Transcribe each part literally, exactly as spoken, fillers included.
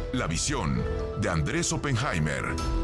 La visión de Andrés Oppenheimer.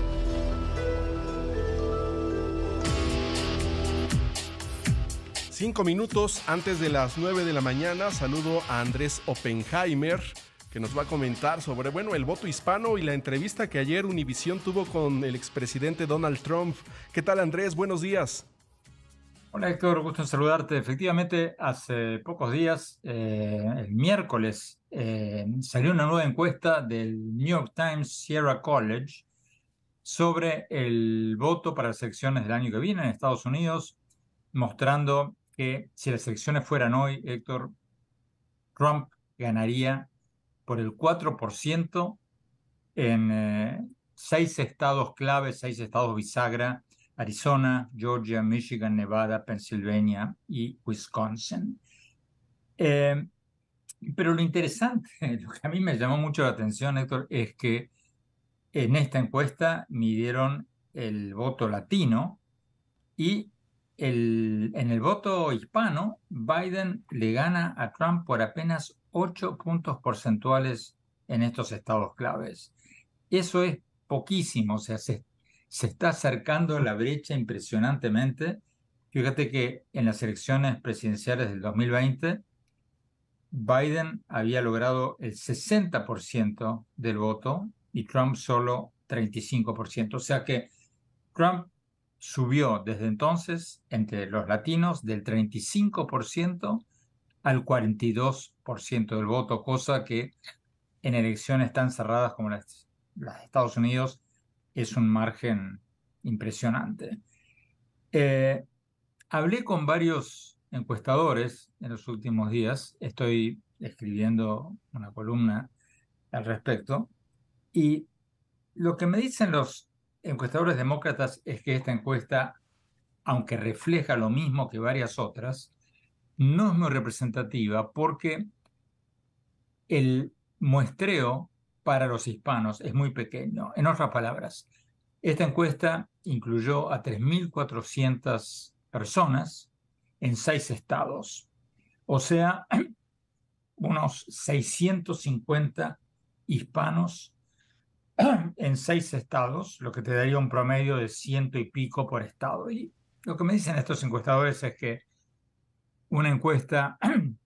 Cinco minutos antes de las nueve de la mañana, saludo a Andrés Oppenheimer, que nos va a comentar sobre, bueno, el voto hispano y la entrevista que ayer Univisión tuvo con el expresidente Donald Trump. ¿Qué tal, Andrés? Buenos días. Hola Héctor, gusto en saludarte. Efectivamente, hace pocos días, eh, el miércoles, eh, salió una nueva encuesta del New York Times Sierra College sobre el voto para las elecciones del año que viene en Estados Unidos, mostrando que si las elecciones fueran hoy, Héctor, Trump ganaría por el cuatro por ciento en eh, seis estados clave, seis estados bisagra: Arizona, Georgia, Michigan, Nevada, Pennsylvania y Wisconsin. Eh, pero lo interesante, lo que a mí me llamó mucho la atención, Héctor, es que en esta encuesta midieron el voto latino y el, en el voto hispano, Biden le gana a Trump por apenas ocho puntos porcentuales en estos estados claves. Eso es poquísimo, o sea, se, se está acercando la brecha impresionantemente. Fíjate que en las elecciones presidenciales del dos mil veinte, Biden había logrado el sesenta por ciento del voto y Trump solo treinta y cinco por ciento. O sea que Trump subió desde entonces entre los latinos del treinta y cinco por ciento al cuarenta y dos por ciento del voto, cosa que en elecciones tan cerradas como las, las de Estados Unidos es un margen impresionante. Eh, Hablé con varios encuestadores en los últimos días, estoy escribiendo una columna al respecto, y lo que me dicen los encuestadores demócratas es que esta encuesta, aunque refleja lo mismo que varias otras, no es muy representativa porque el muestreo para los hispanos es muy pequeño. En otras palabras, esta encuesta incluyó a tres mil cuatrocientas personas en seis estados, o sea, unos seiscientos cincuenta hispanos en seis estados, lo que te daría un promedio de ciento y pico por estado. Y lo que me dicen estos encuestadores es que una encuesta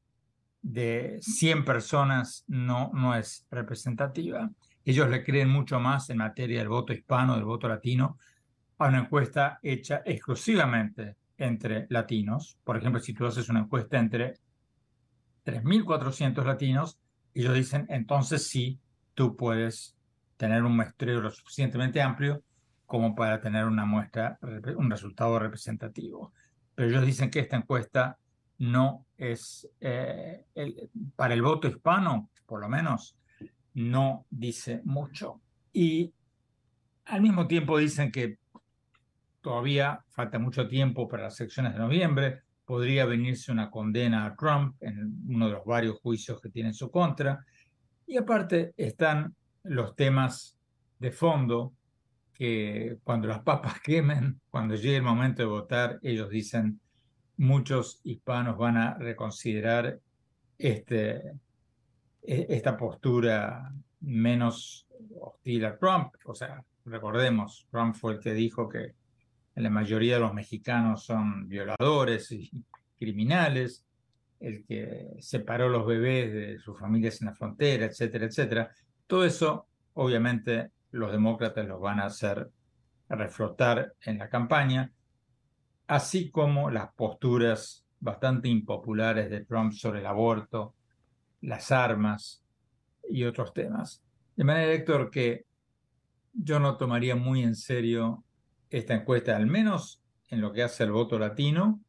de cien personas no, no es representativa. Ellos le creen mucho más en materia del voto hispano, del voto latino, a una encuesta hecha exclusivamente entre latinos. Por ejemplo, si tú haces una encuesta entre tres mil cuatrocientos latinos, ellos dicen, entonces sí, tú puedes tener un muestreo lo suficientemente amplio como para tener una muestra, un resultado representativo. Pero ellos dicen que esta encuesta no es, eh, el, para el voto hispano, por lo menos, no dice mucho. Y al mismo tiempo dicen que todavía falta mucho tiempo para las elecciones de noviembre. Podría venirse una condena a Trump en uno de los varios juicios que tiene en su contra. Y aparte están los temas de fondo que cuando las papas quemen, cuando llegue el momento de votar, ellos dicen muchos hispanos van a reconsiderar este, esta postura menos hostil a Trump. O sea, recordemos, Trump fue el que dijo que la mayoría de los mexicanos son violadores y criminales, el que separó los bebés de sus familias en la frontera, etcétera, etcétera. Todo eso, obviamente, los demócratas los van a hacer reflotar en la campaña, así como las posturas bastante impopulares de Trump sobre el aborto, las armas y otros temas. De manera, Héctor, que yo no tomaría muy en serio esta encuesta, al menos en lo que hace al voto latino,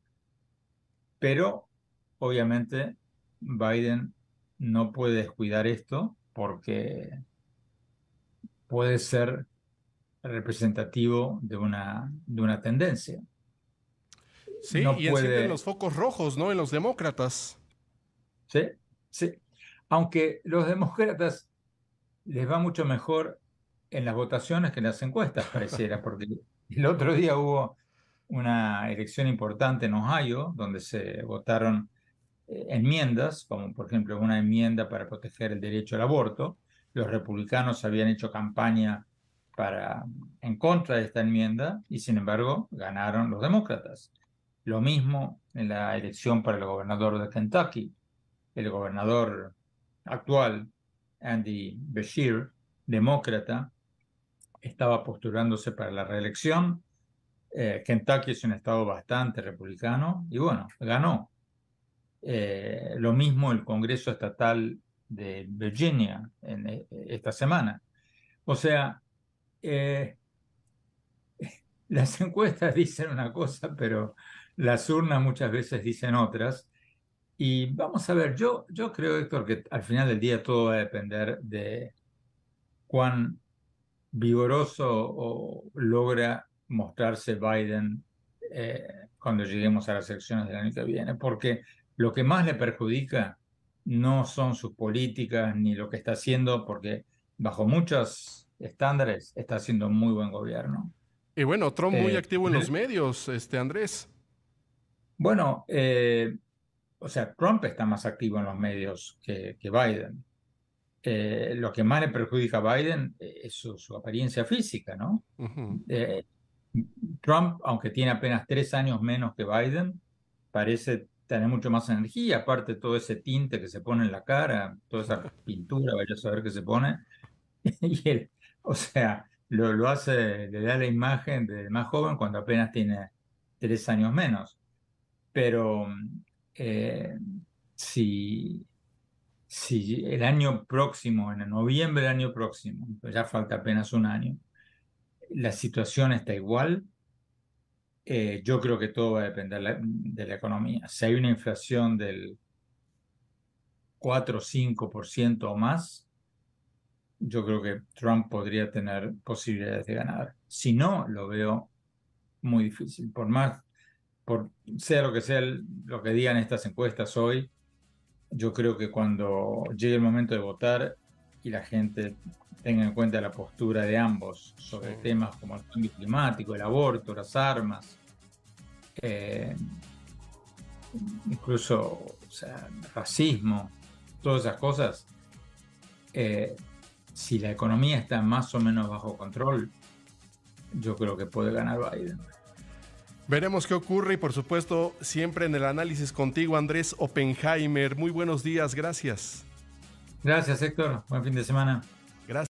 pero obviamente Biden no puede descuidar esto porque puede ser representativo de una, de una tendencia. Sí, No y encienden los puede, focos rojos, ¿no? En los demócratas. ¿sí? Sí. Aunque los demócratas les va mucho mejor en las votaciones que en las encuestas, pareciera, porque el otro día hubo una elección importante en Ohio, donde se votaron eh, enmiendas, como por ejemplo una enmienda para proteger el derecho al aborto, los republicanos habían hecho campaña para, en contra de esta enmienda y sin embargo ganaron los demócratas. Lo mismo en la elección para el gobernador de Kentucky. El gobernador actual, Andy Beshear, demócrata, estaba postulándose para la reelección. Eh, Kentucky es un estado bastante republicano y bueno, ganó. Eh, lo mismo el Congreso Estatal de Virginia en, eh, esta semana. O sea, eh, las encuestas dicen una cosa, pero las urnas muchas veces dicen otras. Y vamos a ver, yo, yo creo, Héctor, que al final del día todo va a depender de cuán vigoroso o logra mostrarse Biden eh, cuando lleguemos a las elecciones del año que viene, porque lo que más le perjudica no son sus políticas ni lo que está haciendo, porque bajo muchos estándares está haciendo un muy buen gobierno. Y bueno, Trump muy Eh, activo en los medios, este Andrés. bueno, eh, o sea, Trump está más activo en los medios que, que Biden. Eh, lo que más le perjudica a Biden es su, su apariencia física, ¿no? Uh-huh. Eh, Trump, aunque tiene apenas tres años menos que Biden, parece tener mucho más energía, aparte todo ese tinte que se pone en la cara, toda esa pintura, vaya a saber qué se pone. Y él, o sea, lo, lo hace, le da la imagen del más joven cuando apenas tiene tres años menos. Pero eh, si, si el año próximo, en el noviembre del año próximo, pues ya falta apenas un año, la situación está igual, eh, yo creo que todo va a depender la- de la economía. Si hay una inflación del cuatro o cinco por ciento o más, yo creo que Trump podría tener posibilidades de ganar. Si no, lo veo muy difícil. Por más, por sea lo que sea el- lo que digan estas encuestas hoy, yo creo que cuando llegue el momento de votar y la gente tenga en cuenta la postura de ambos sobre Sí. temas como el cambio climático, el aborto, las armas, eh, incluso, o sea, racismo, todas esas cosas, eh, si la economía está más o menos bajo control, yo creo que puede ganar Biden. Veremos qué ocurre y por supuesto siempre en el análisis contigo, Andrés Oppenheimer. Muy buenos días, gracias. Gracias, Héctor. Buen fin de semana. Gracias.